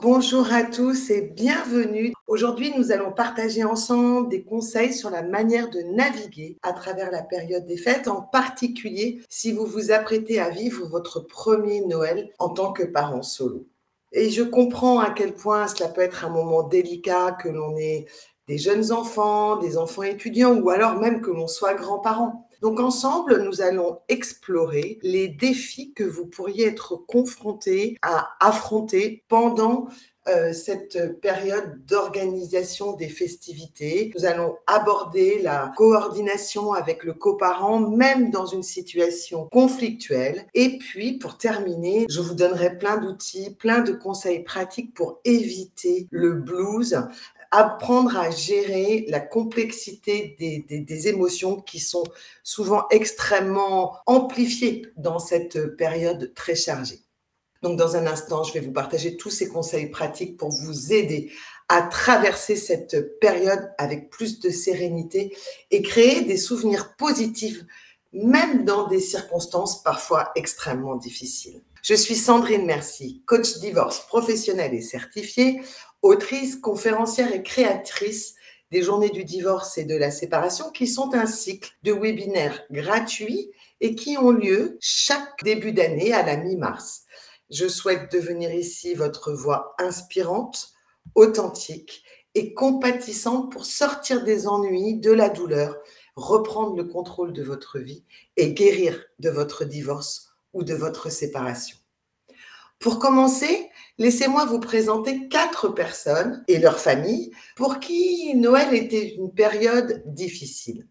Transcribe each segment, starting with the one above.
Bonjour à tous et bienvenue. Aujourd'hui, nous allons partager ensemble des conseils sur la manière de naviguer à travers la période des fêtes, en particulier si vous vous apprêtez à vivre votre premier Noël en tant que parent solo. Et je comprends à quel point cela peut être un moment délicat, que l'on ait des jeunes enfants, des enfants étudiants ou alors même que l'on soit grands-parents. Donc ensemble, nous allons explorer les défis que vous pourriez être confrontés à affronter pendant cette période d'organisation des festivités. Nous allons aborder la coordination avec le coparent, même dans une situation conflictuelle. Et puis, pour terminer, je vous donnerai plein d'outils, plein de conseils pratiques pour éviter le blues, apprendre à gérer la complexité des émotions qui sont souvent extrêmement amplifiées dans cette période très chargée. Donc, dans un instant, je vais vous partager tous ces conseils pratiques pour vous aider à traverser cette période avec plus de sérénité et créer des souvenirs positifs, même dans des circonstances parfois extrêmement difficiles. Je suis Sandrine Mercier, coach divorce professionnelle et certifiée, autrice, conférencière et créatrice des Journées du divorce et de la séparation, qui sont un cycle de webinaires gratuits et qui ont lieu chaque début d'année à la mi-mars. Je souhaite devenir ici votre voix inspirante, authentique et compatissante pour sortir des ennuis, de la douleur, reprendre le contrôle de votre vie et guérir de votre divorce ou de votre séparation. Pour commencer, laissez-moi vous présenter 4 personnes et leurs familles pour qui Noël était une période difficile.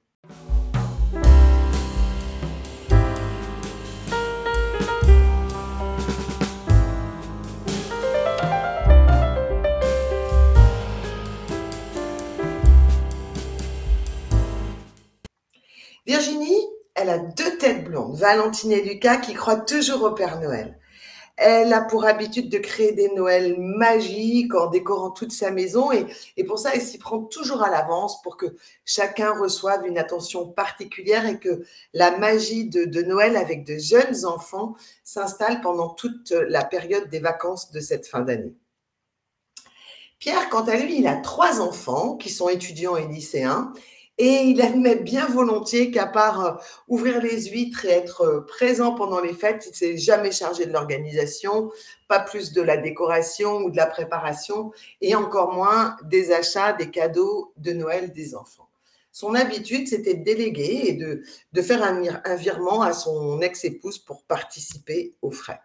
Virginie, elle a 2 têtes blondes, Valentine et Lucas, qui croient toujours au Père Noël. Elle a pour habitude de créer des Noëls magiques en décorant toute sa maison et pour ça, elle s'y prend toujours à l'avance pour que chacun reçoive une attention particulière et que la magie de Noël avec de jeunes enfants s'installe pendant toute la période des vacances de cette fin d'année. Pierre, quant à lui, il a 3 enfants qui sont étudiants et lycéens et il admet bien volontiers qu'à part ouvrir les huîtres et être présent pendant les fêtes, il ne s'est jamais chargé de l'organisation, pas plus de la décoration ou de la préparation et encore moins des achats, des cadeaux de Noël des enfants. Son habitude, c'était de déléguer et de faire un virement à son ex-épouse pour participer aux frais.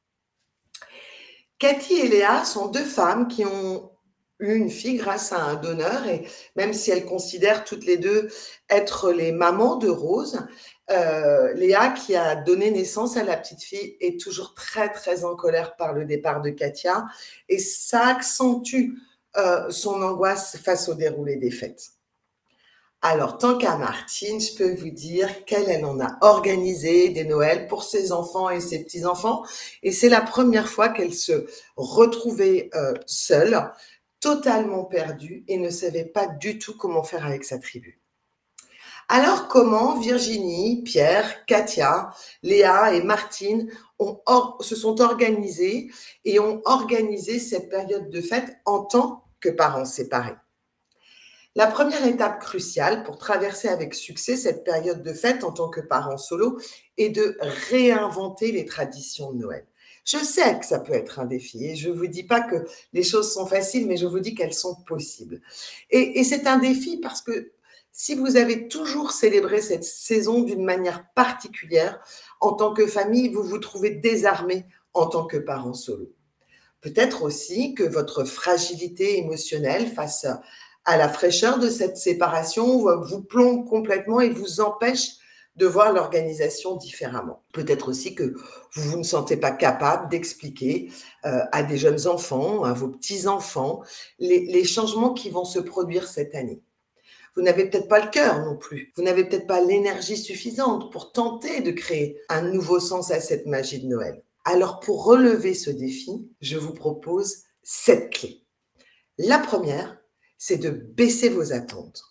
Cathy et Léa sont 2 femmes qui ont eu une fille grâce à un donneur et même si elles considèrent toutes les 2 être les mamans de Rose, Léa, qui a donné naissance à la petite fille, est toujours très, très en colère par le départ de Katia et ça accentue son angoisse face au déroulé des fêtes. Alors, tant qu'à Martine, je peux vous dire qu'elle en a organisé des Noëls pour ses enfants et ses petits-enfants. Et c'est la première fois qu'elle se retrouvait seule, totalement perdue et ne savait pas du tout comment faire avec sa tribu. Alors, comment Virginie, Pierre, Katia, Léa et Martine se sont organisées et ont organisé cette période de fête en tant que parents séparés? La première étape cruciale pour traverser avec succès cette période de fête en tant que parent solo est de réinventer les traditions de Noël. Je sais que ça peut être un défi et je ne vous dis pas que les choses sont faciles, mais je vous dis qu'elles sont possibles. Et c'est un défi parce que si vous avez toujours célébré cette saison d'une manière particulière, en tant que famille, vous vous trouvez désarmé en tant que parent solo. Peut-être aussi que votre fragilité émotionnelle face à la fraîcheur de cette séparation vous plombe complètement et vous empêche de voir l'organisation différemment. Peut-être aussi que vous ne sentez pas capable d'expliquer à des jeunes enfants, à vos petits-enfants, les changements qui vont se produire cette année. Vous n'avez peut-être pas le cœur non plus. Vous n'avez peut-être pas l'énergie suffisante pour tenter de créer un nouveau sens à cette magie de Noël. Alors, pour relever ce défi, je vous propose 7 clés. La première, c'est de baisser vos attentes.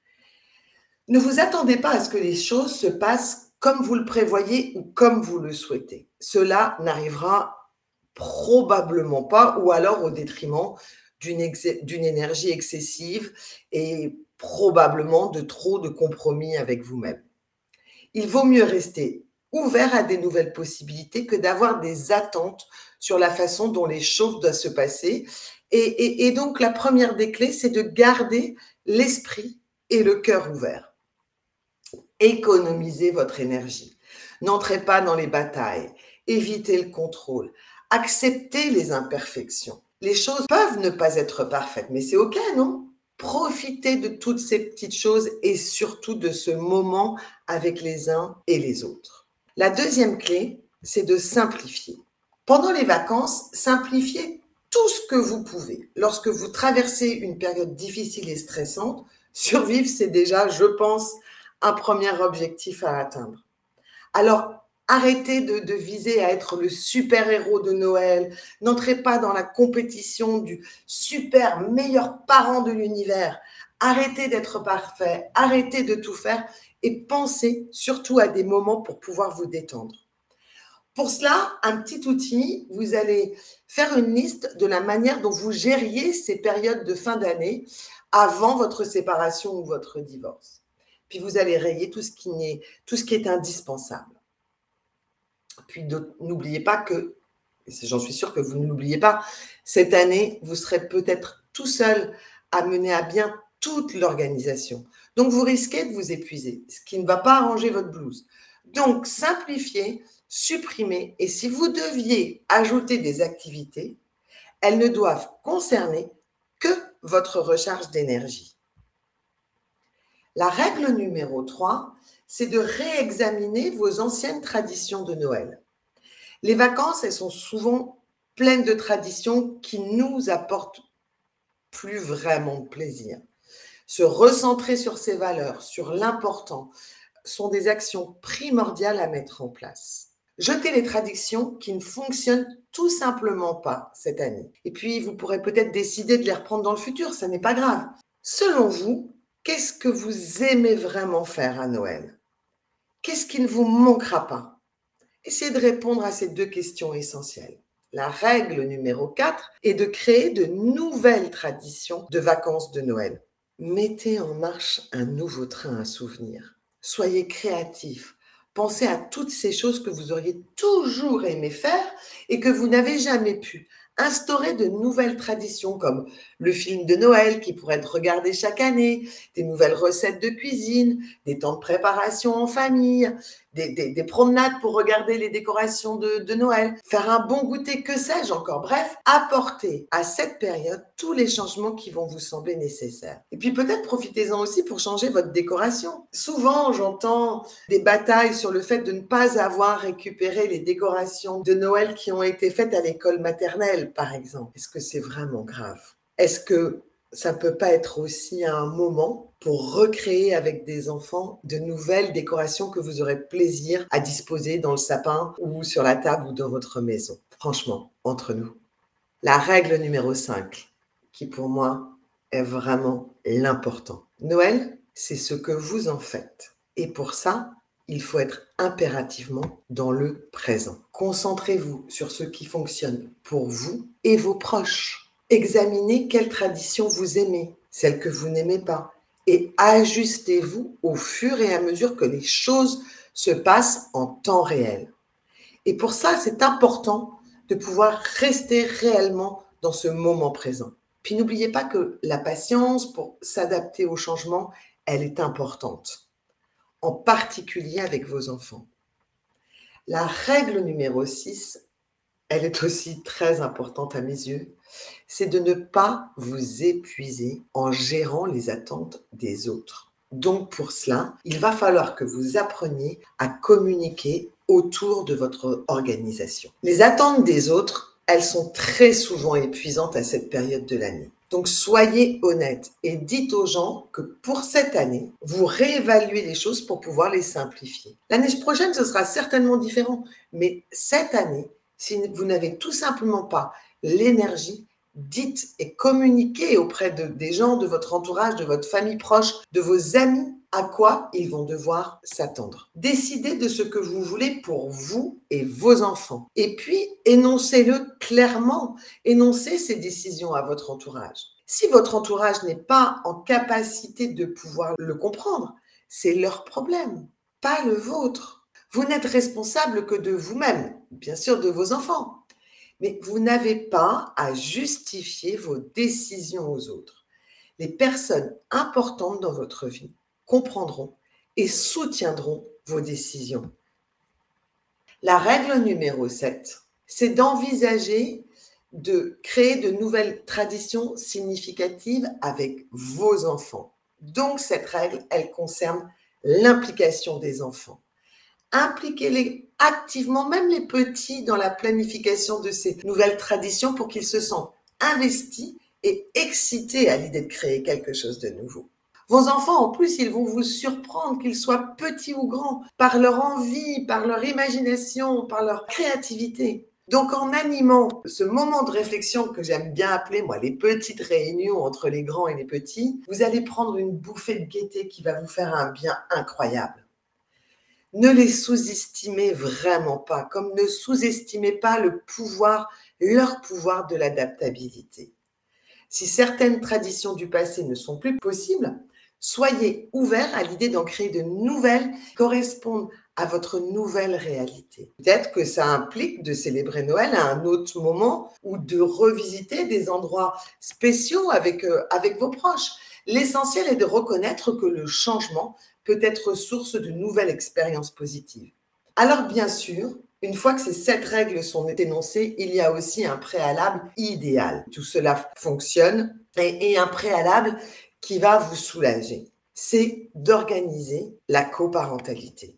Ne vous attendez pas à ce que les choses se passent comme vous le prévoyez ou comme vous le souhaitez. Cela n'arrivera Probablement pas, ou alors au détriment d'une énergie excessive et probablement de trop de compromis avec vous-même. Il vaut mieux rester ouvert à des nouvelles possibilités que d'avoir des attentes sur la façon dont les choses doivent se passer. Et donc, la première des clés, c'est de garder l'esprit et le cœur ouverts. Économisez votre énergie. N'entrez pas dans les batailles. Évitez le contrôle. Acceptez les imperfections. Les choses peuvent ne pas être parfaites, mais c'est OK, non? Profitez de toutes ces petites choses et surtout de ce moment avec les uns et les autres. La deuxième clé, c'est de simplifier. Pendant les vacances, simplifiez tout ce que vous pouvez. Lorsque vous traversez une période difficile et stressante, survivre, c'est déjà, je pense, un premier objectif à atteindre. Alors, arrêtez de viser à être le super-héros de Noël. N'entrez pas dans la compétition du super meilleur parent de l'univers. Arrêtez d'être parfait, arrêtez de tout faire et pensez surtout à des moments pour pouvoir vous détendre. Pour cela, un petit outil, vous allez faire une liste de la manière dont vous gériez ces périodes de fin d'année avant votre séparation ou votre divorce. Puis vous allez rayer tout ce qui est indispensable. Puis n'oubliez pas que, j'en suis sûre que vous ne l'oubliez pas, cette année, vous serez peut-être tout seul à mener à bien toute l'organisation. Donc, vous risquez de vous épuiser, ce qui ne va pas arranger votre blues. Donc, simplifiez, supprimez, et si vous deviez ajouter des activités, elles ne doivent concerner que votre recharge d'énergie. La règle numéro 3, c'est de réexaminer vos anciennes traditions de Noël. Les vacances, elles sont souvent pleines de traditions qui nous apportent plus vraiment de plaisir. Se recentrer sur ses valeurs, sur l'important, sont des actions primordiales à mettre en place. Jetez les traditions qui ne fonctionnent tout simplement pas cette année. Et puis, vous pourrez peut-être décider de les reprendre dans le futur, ça n'est pas grave. Selon vous, qu'est-ce que vous aimez vraiment faire à Noël? Qu'est-ce qui ne vous manquera pas? Essayez de répondre à ces deux questions essentielles. La règle numéro 4 est de créer de nouvelles traditions de vacances de Noël. Mettez en marche un nouveau train à souvenirs. Soyez créatifs. Pensez à toutes ces choses que vous auriez toujours aimé faire et que vous n'avez jamais pu. Instaurez de nouvelles traditions comme le film de Noël qui pourrait être regardé chaque année, des nouvelles recettes de cuisine, des temps de préparation en famille, des promenades pour regarder les décorations de Noël, faire un bon goûter, que sais-je encore. Bref, apportez à cette période tous les changements qui vont vous sembler nécessaires. Et puis peut-être profitez-en aussi pour changer votre décoration. Souvent, j'entends des batailles sur le fait de ne pas avoir récupéré les décorations de Noël qui ont été faites à l'école maternelle, par exemple. Est-ce que c'est vraiment grave? Est-ce que ça ne peut pas être aussi un moment pour recréer avec des enfants de nouvelles décorations que vous aurez plaisir à disposer dans le sapin ou sur la table ou dans votre maison? Franchement, entre nous. La règle numéro 5, qui pour moi est vraiment l'important. Noël, c'est ce que vous en faites. Et pour ça, il faut être impérativement dans le présent. Concentrez-vous sur ce qui fonctionne pour vous et vos proches. Examinez quelles traditions vous aimez, celles que vous n'aimez pas, et ajustez-vous au fur et à mesure que les choses se passent en temps réel. Et pour ça, c'est important de pouvoir rester réellement dans ce moment présent. Puis n'oubliez pas que la patience pour s'adapter au changement, elle est importante, en particulier avec vos enfants. La règle numéro 6, elle est aussi très importante à mes yeux, c'est de ne pas vous épuiser en gérant les attentes des autres. Donc pour cela, il va falloir que vous appreniez à communiquer autour de votre organisation. Les attentes des autres, elles sont très souvent épuisantes à cette période de l'année. Donc soyez honnête et dites aux gens que pour cette année, vous réévaluez les choses pour pouvoir les simplifier. L'année prochaine, ce sera certainement différent, mais cette année, si vous n'avez tout simplement pas l'énergie, dites et communiquez auprès des gens de votre entourage, de votre famille proche, de vos amis, à quoi ils vont devoir s'attendre. Décidez de ce que vous voulez pour vous et vos enfants. Et puis, énoncez-le clairement. Énoncez ces décisions à votre entourage. Si votre entourage n'est pas en capacité de pouvoir le comprendre, c'est leur problème, pas le vôtre. Vous n'êtes responsable que de vous-même, bien sûr de vos enfants, mais vous n'avez pas à justifier vos décisions aux autres. Les personnes importantes dans votre vie comprendront et soutiendront vos décisions. La règle numéro 7, c'est d'envisager de créer de nouvelles traditions significatives avec vos enfants. Donc, cette règle, elle concerne l'implication des enfants. Impliquez-les activement, même les petits, dans la planification de ces nouvelles traditions pour qu'ils se sentent investis et excités à l'idée de créer quelque chose de nouveau. Vos enfants, en plus, ils vont vous surprendre, qu'ils soient petits ou grands, par leur envie, par leur imagination, par leur créativité. Donc, en animant ce moment de réflexion que j'aime bien appeler, moi, les petites réunions entre les grands et les petits, vous allez prendre une bouffée de gaieté qui va vous faire un bien incroyable. Ne les sous-estimez vraiment pas, comme ne sous-estimez pas leur pouvoir de l'adaptabilité. Si certaines traditions du passé ne sont plus possibles, soyez ouverts à l'idée d'en créer de nouvelles qui correspondent à votre nouvelle réalité. Peut-être que ça implique de célébrer Noël à un autre moment ou de revisiter des endroits spéciaux avec vos proches. L'essentiel est de reconnaître que le changement peut être source de nouvelles expériences positives. Alors bien sûr, une fois que ces 7 règles sont énoncées, il y a aussi un préalable idéal. Tout cela fonctionne et un préalable qui va vous soulager. C'est d'organiser la coparentalité.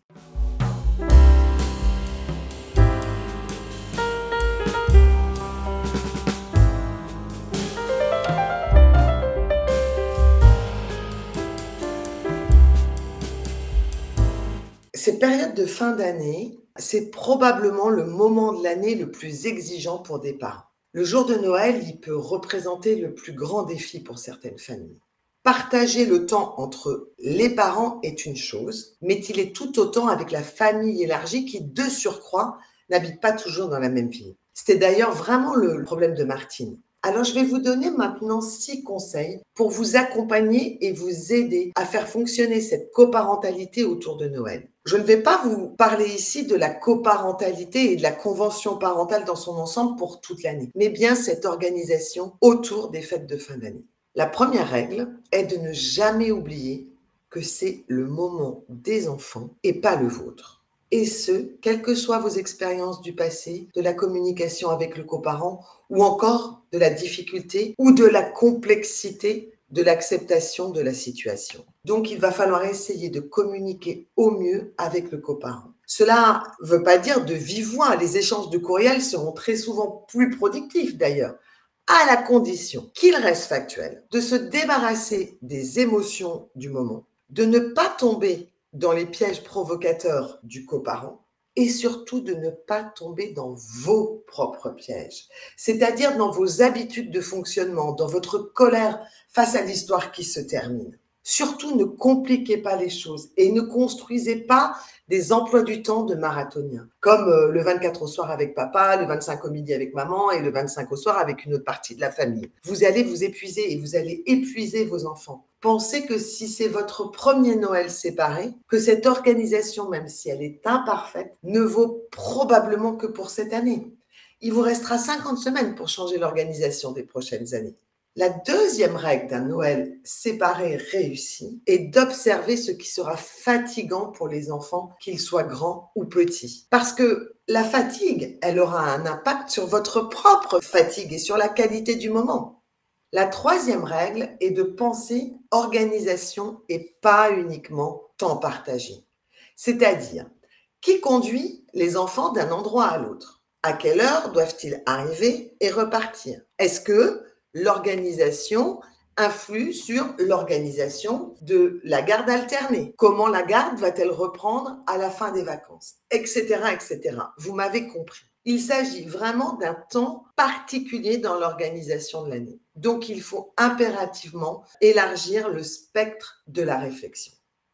Ces périodes de fin d'année, c'est probablement le moment de l'année le plus exigeant pour des parents. Le jour de Noël, il peut représenter le plus grand défi pour certaines familles. Partager le temps entre les parents est une chose, mais il est tout autant avec la famille élargie qui, de surcroît, n'habite pas toujours dans la même ville. C'était d'ailleurs vraiment le problème de Martine. Alors, je vais vous donner maintenant 6 conseils pour vous accompagner et vous aider à faire fonctionner cette coparentalité autour de Noël. Je ne vais pas vous parler ici de la coparentalité et de la convention parentale dans son ensemble pour toute l'année, mais bien cette organisation autour des fêtes de fin d'année. La première règle est de ne jamais oublier que c'est le moment des enfants et pas le vôtre. Et ce, quelles que soient vos expériences du passé, de la communication avec le coparent ou encore de la difficulté ou de la complexité de l'acceptation de la situation. Donc, il va falloir essayer de communiquer au mieux avec le coparent. Cela ne veut pas dire de vive voix. Les échanges de courriel seront très souvent plus productifs d'ailleurs, à la condition qu'il reste factuel, de se débarrasser des émotions du moment, de ne pas tomber dans les pièges provocateurs du coparent et surtout de ne pas tomber dans vos propres pièges, c'est-à-dire dans vos habitudes de fonctionnement, dans votre colère face à l'histoire qui se termine. Surtout, ne compliquez pas les choses et ne construisez pas des emplois du temps de marathoniens, comme le 24 au soir avec papa, le 25 au midi avec maman et le 25 au soir avec une autre partie de la famille. Vous allez vous épuiser et vous allez épuiser vos enfants. Pensez que si c'est votre premier Noël séparé, que cette organisation, même si elle est imparfaite, ne vaut probablement que pour cette année. Il vous restera 50 semaines pour changer l'organisation des prochaines années. La deuxième règle d'un Noël séparé réussi est d'observer ce qui sera fatigant pour les enfants, qu'ils soient grands ou petits. Parce que la fatigue, elle aura un impact sur votre propre fatigue et sur la qualité du moment. La troisième règle est de penser organisation et pas uniquement temps partagé. C'est-à-dire, qui conduit les enfants d'un endroit à l'autre? À quelle heure doivent-ils arriver et repartir? Est-ce que l'organisation influe sur l'organisation de la garde alternée? Comment la garde va-t-elle reprendre à la fin des vacances? Etc., etc. Vous m'avez compris. Il s'agit vraiment d'un temps particulier dans l'organisation de l'année. Donc, il faut impérativement élargir le spectre de la réflexion.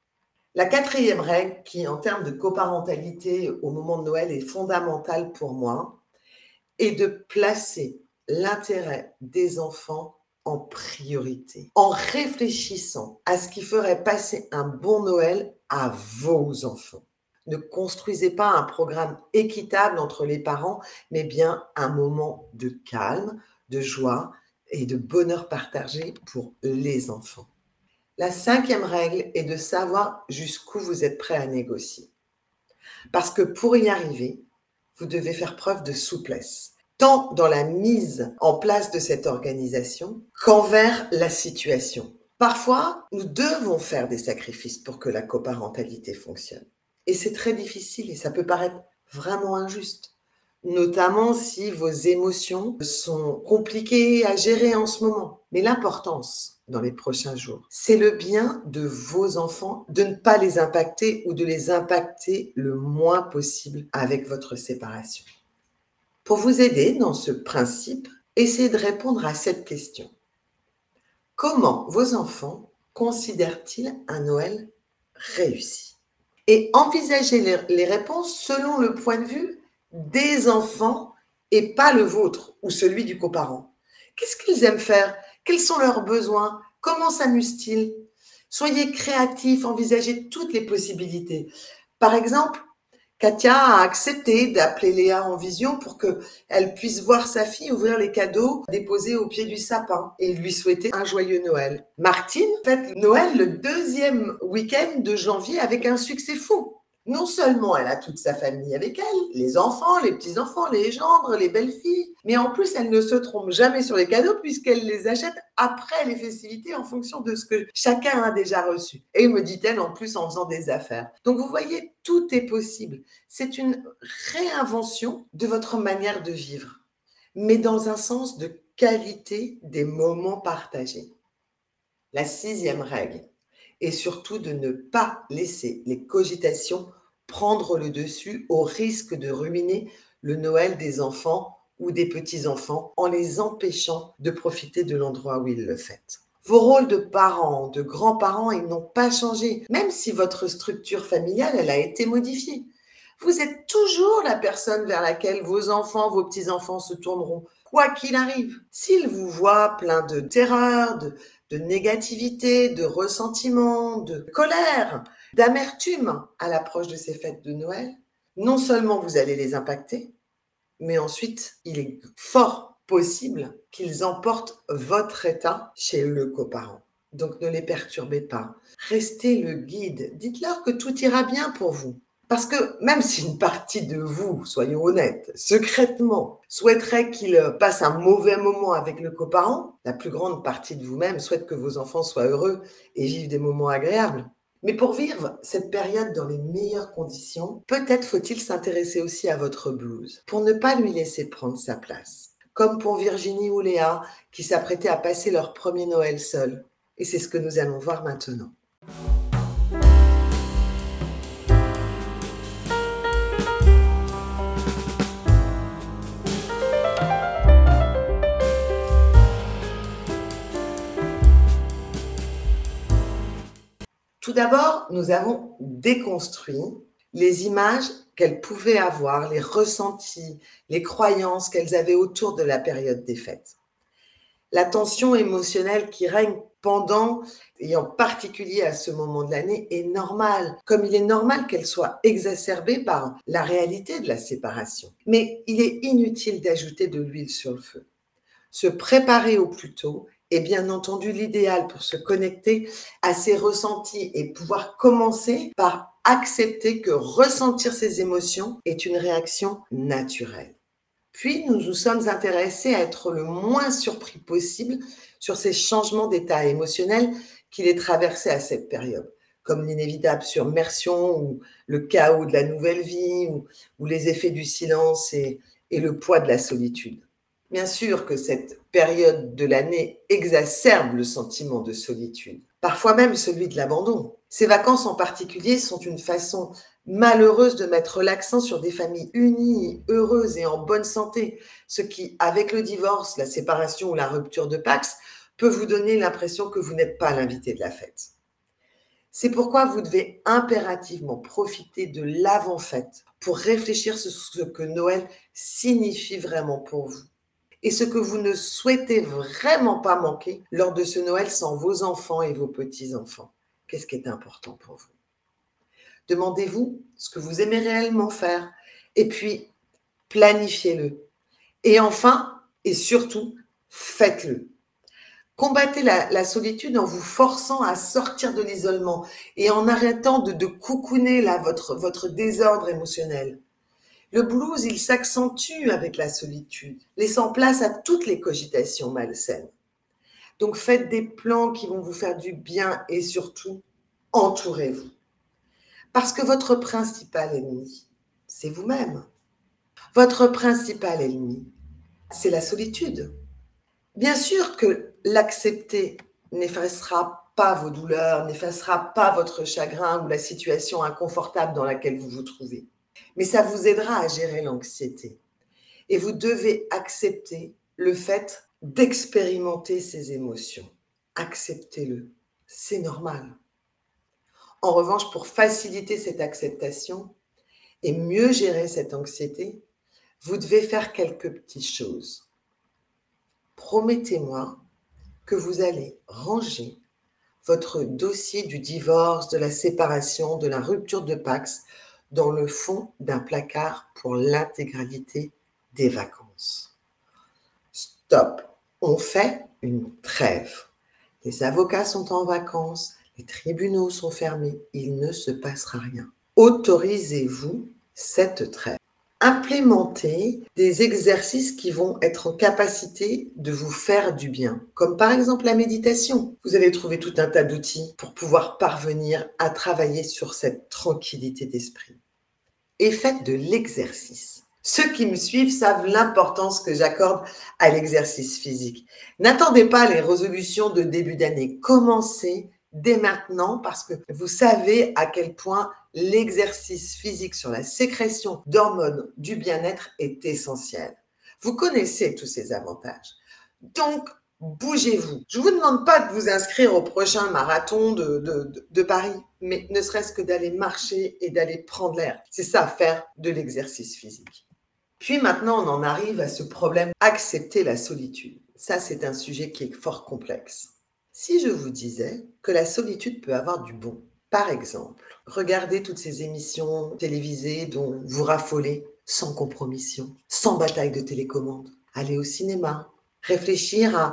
La quatrième règle qui, en termes de coparentalité au moment de Noël, est fondamentale pour moi, est de placer l'intérêt des enfants en priorité, en réfléchissant à ce qui ferait passer un bon Noël à vos enfants. Ne construisez pas un programme équitable entre les parents, mais bien un moment de calme, de joie et de bonheur partagé pour les enfants. La cinquième règle est de savoir jusqu'où vous êtes prêt à négocier. Parce que pour y arriver, vous devez faire preuve de souplesse, tant dans la mise en place de cette organisation qu'envers la situation. Parfois, nous devons faire des sacrifices pour que la coparentalité fonctionne. Et c'est très difficile et ça peut paraître vraiment injuste, notamment si vos émotions sont compliquées à gérer en ce moment. Mais l'importance dans les prochains jours, c'est le bien de vos enfants, de ne pas les impacter ou de les impacter le moins possible avec votre séparation. Pour vous aider dans ce principe, essayez de répondre à cette question. Comment vos enfants considèrent-ils un Noël réussi? Et envisagez les réponses selon le point de vue des enfants et pas le vôtre ou celui du coparent. Qu'est-ce qu'ils aiment faire? Quels sont leurs besoins? Comment s'amusent-ils? Soyez créatifs, envisagez toutes les possibilités. Par exemple, Katia a accepté d'appeler Léa en visio pour qu'elle puisse voir sa fille ouvrir les cadeaux déposés au pied du sapin et lui souhaiter un joyeux Noël. Martine fête Noël le deuxième week-end de janvier avec un succès fou. Non seulement elle a toute sa famille avec elle, les enfants, les petits-enfants, les gendres, les belles-filles, mais en plus elle ne se trompe jamais sur les cadeaux puisqu'elle les achète après les festivités en fonction de ce que chacun a déjà reçu. Et me dit-elle en plus en faisant des affaires. Donc vous voyez, tout est possible. C'est une réinvention de votre manière de vivre, mais dans un sens de qualité des moments partagés. La sixième règle est surtout de ne pas laisser les cogitations prendre le dessus au risque de ruiner le Noël des enfants ou des petits-enfants en les empêchant de profiter de l'endroit où ils le fêtent. Vos rôles de parents, de grands-parents, ils n'ont pas changé, même si votre structure familiale, elle a été modifiée. Vous êtes toujours la personne vers laquelle vos enfants, vos petits-enfants se tourneront, quoi qu'il arrive. S'ils vous voient plein de terreur, de négativité, de ressentiment, de colère, d'amertume à l'approche de ces fêtes de Noël, non seulement vous allez les impacter, mais ensuite, il est fort possible qu'ils emportent votre état chez le coparent. Donc ne les perturbez pas. Restez le guide. Dites-leur que tout ira bien pour vous. Parce que même si une partie de vous, soyons honnêtes, secrètement, souhaiterait qu'il passe un mauvais moment avec le coparent, la plus grande partie de vous-même souhaite que vos enfants soient heureux et vivent des moments agréables. Mais pour vivre cette période dans les meilleures conditions, peut-être faut-il s'intéresser aussi à votre blues, pour ne pas lui laisser prendre sa place. Comme pour Virginie ou Léa, qui s'apprêtaient à passer leur premier Noël seuls. Et c'est ce que nous allons voir maintenant. Tout d'abord, nous avons déconstruit les images qu'elles pouvaient avoir, les ressentis, les croyances qu'elles avaient autour de la période des fêtes. La tension émotionnelle qui règne pendant et en particulier à ce moment de l'année est normale, comme il est normal qu'elle soit exacerbée par la réalité de la séparation. Mais il est inutile d'ajouter de l'huile sur le feu. Se préparer au plus tôt est bien entendu l'idéal pour se connecter à ses ressentis et pouvoir commencer par accepter que ressentir ses émotions est une réaction naturelle. Puis, nous nous sommes intéressés à être le moins surpris possible sur ces changements d'état émotionnel qui les traversaient à cette période, comme l'inévitable submersion ou le chaos de la nouvelle vie ou les effets du silence et le poids de la solitude. Bien sûr que cette période de l'année exacerbe le sentiment de solitude, parfois même celui de l'abandon. Ces vacances en particulier sont une façon malheureuse de mettre l'accent sur des familles unies, heureuses et en bonne santé, ce qui, avec le divorce, la séparation ou la rupture de Pax, peut vous donner l'impression que vous n'êtes pas l'invité de la fête. C'est pourquoi vous devez impérativement profiter de l'avant-fête pour réfléchir sur ce que Noël signifie vraiment pour vous et ce que vous ne souhaitez vraiment pas manquer lors de ce Noël sans vos enfants et vos petits-enfants. Qu'est-ce qui est important pour vous? Demandez-vous ce que vous aimez réellement faire et puis planifiez-le. Et enfin, et surtout, faites-le. Combattez la solitude en vous forçant à sortir de l'isolement et en arrêtant de cocooner là, votre désordre émotionnel. Le blues, il s'accentue avec la solitude, laissant place à toutes les cogitations malsaines. Donc faites des plans qui vont vous faire du bien et surtout, entourez-vous. Parce que votre principal ennemi, c'est vous-même. Votre principal ennemi, c'est la solitude. Bien sûr que l'accepter n'effacera pas vos douleurs, n'effacera pas votre chagrin ou la situation inconfortable dans laquelle vous vous trouvez. Mais ça vous aidera à gérer l'anxiété. Et vous devez accepter le fait d'expérimenter ces émotions. Acceptez-le. C'est normal. En revanche, pour faciliter cette acceptation et mieux gérer cette anxiété, vous devez faire quelques petites choses. Promettez-moi que vous allez ranger votre dossier du divorce, de la séparation, de la rupture de Pacs dans le fond d'un placard pour l'intégralité des vacances. Stop, on fait une trêve. Les avocats sont en vacances, les tribunaux sont fermés, il ne se passera rien. Autorisez-vous cette trêve. Implémentez des exercices qui vont être en capacité de vous faire du bien, comme par exemple la méditation. Vous allez trouver tout un tas d'outils pour pouvoir parvenir à travailler sur cette tranquillité d'esprit. Et faites de l'exercice. Ceux qui me suivent savent l'importance que j'accorde à l'exercice physique. N'attendez pas les résolutions de début d'année. Commencez dès maintenant parce que vous savez à quel point l'exercice physique sur la sécrétion d'hormones du bien-être est essentiel. Vous connaissez tous ces avantages. Donc, bougez-vous. Je ne vous demande pas de vous inscrire au prochain marathon de Paris, mais ne serait-ce que d'aller marcher et d'aller prendre l'air. C'est ça, faire de l'exercice physique. Puis maintenant, on en arrive à ce problème, accepter la solitude. Ça, c'est un sujet qui est fort complexe. Si je vous disais que la solitude peut avoir du bon, par exemple, regardez toutes ces émissions télévisées dont vous raffolez sans compromission, sans bataille de télécommande. Allez au cinéma, réfléchir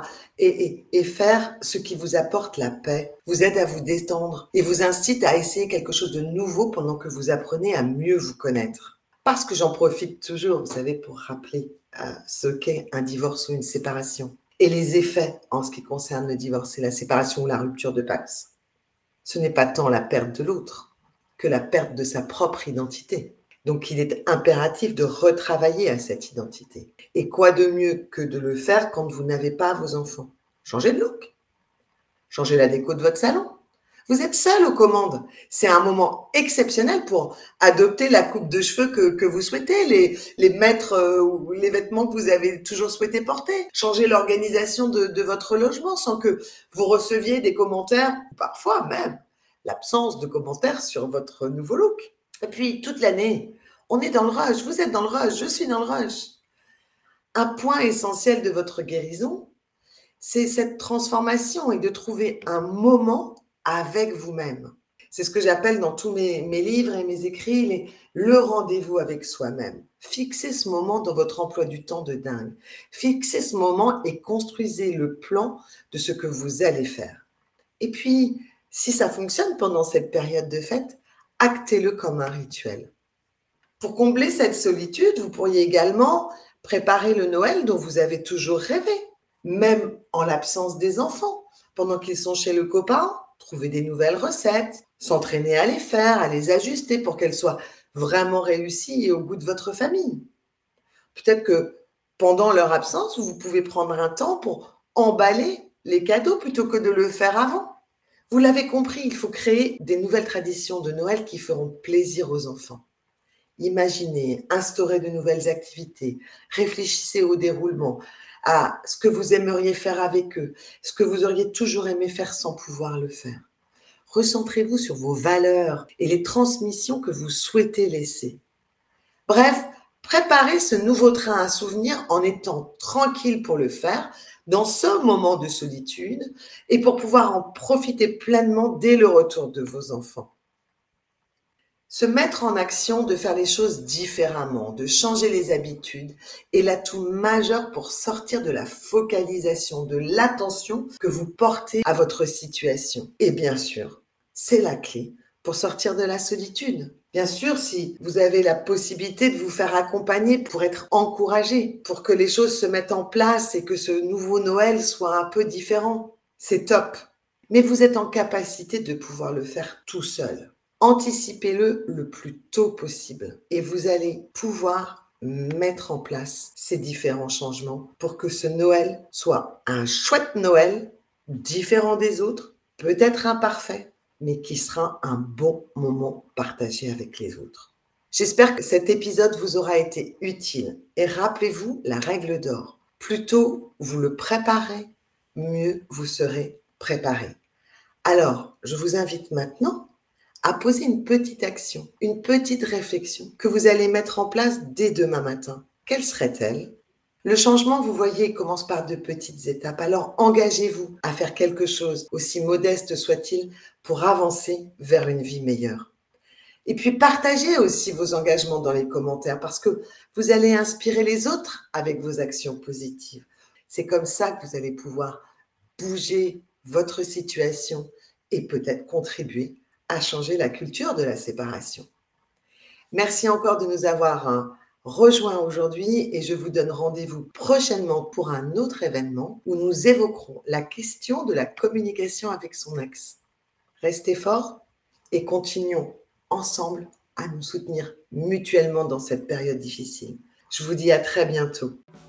et faire ce qui vous apporte la paix, vous aide à vous détendre et vous incite à essayer quelque chose de nouveau pendant que vous apprenez à mieux vous connaître. Parce que j'en profite toujours, vous savez, pour rappeler ce qu'est un divorce ou une séparation et les effets en ce qui concerne le divorce et la séparation ou la rupture de Pacs. Ce n'est pas tant la perte de l'autre que la perte de sa propre identité. Donc, il est impératif de retravailler à cette identité. Et quoi de mieux que de le faire quand vous n'avez pas vos enfants? Changez de look, changez la déco de votre salon. Vous êtes seul aux commandes. C'est un moment exceptionnel pour adopter la coupe de cheveux que vous souhaitez, les mettre ou les vêtements que vous avez toujours souhaité porter. Changer l'organisation de votre logement sans que vous receviez des commentaires, parfois même l'absence de commentaires sur votre nouveau look. Et puis, toute l'année, on est dans le rush, vous êtes dans le rush, je suis dans le rush. Un point essentiel de votre guérison, c'est cette transformation et de trouver un moment avec vous-même. C'est ce que j'appelle dans tous mes livres et mes écrits le rendez-vous avec soi-même. Fixez ce moment dans votre emploi du temps de dingue. Fixez ce moment et construisez le plan de ce que vous allez faire. Et puis, si ça fonctionne pendant cette période de fête, actez-le comme un rituel. Pour combler cette solitude, vous pourriez également préparer le Noël dont vous avez toujours rêvé, même en l'absence des enfants. Pendant qu'ils sont chez le copain, trouver des nouvelles recettes, s'entraîner à les faire, à les ajuster pour qu'elles soient vraiment réussies et au goût de votre famille. Peut-être que pendant leur absence, vous pouvez prendre un temps pour emballer les cadeaux plutôt que de le faire avant. Vous l'avez compris, il faut créer des nouvelles traditions de Noël qui feront plaisir aux enfants. Imaginez, instaurez de nouvelles activités, réfléchissez au déroulement, à ce que vous aimeriez faire avec eux, ce que vous auriez toujours aimé faire sans pouvoir le faire. Recentrez-vous sur vos valeurs et les transmissions que vous souhaitez laisser. Bref, préparez ce nouveau train à souvenirs en étant tranquille pour le faire dans ce moment de solitude et pour pouvoir en profiter pleinement dès le retour de vos enfants. Se mettre en action, de faire les choses différemment, de changer les habitudes est l'atout majeur pour sortir de la focalisation, de l'attention que vous portez à votre situation. Et bien sûr, c'est la clé pour sortir de la solitude. Bien sûr, si vous avez la possibilité de vous faire accompagner pour être encouragé, pour que les choses se mettent en place et que ce nouveau Noël soit un peu différent, c'est top. Mais vous êtes en capacité de pouvoir le faire tout seul. Anticipez-le le plus tôt possible et vous allez pouvoir mettre en place ces différents changements pour que ce Noël soit un chouette Noël, différent des autres, peut-être imparfait, mais qui sera un bon moment partagé avec les autres. J'espère que cet épisode vous aura été utile et rappelez-vous la règle d'or. Plus tôt vous le préparez, mieux vous serez préparé. Alors, je vous invite maintenant à poser une petite action, une petite réflexion que vous allez mettre en place dès demain matin. Quelle serait-elle? Le changement, vous voyez, commence par de petites étapes. Alors engagez-vous à faire quelque chose, aussi modeste soit-il, pour avancer vers une vie meilleure. Et puis partagez aussi vos engagements dans les commentaires parce que vous allez inspirer les autres avec vos actions positives. C'est comme ça que vous allez pouvoir bouger votre situation et peut-être contribuer à changer la culture de la séparation. Merci encore de nous avoir rejoints aujourd'hui et je vous donne rendez-vous prochainement pour un autre événement où nous évoquerons la question de la communication avec son ex. Restez forts et continuons ensemble à nous soutenir mutuellement dans cette période difficile. Je vous dis à très bientôt.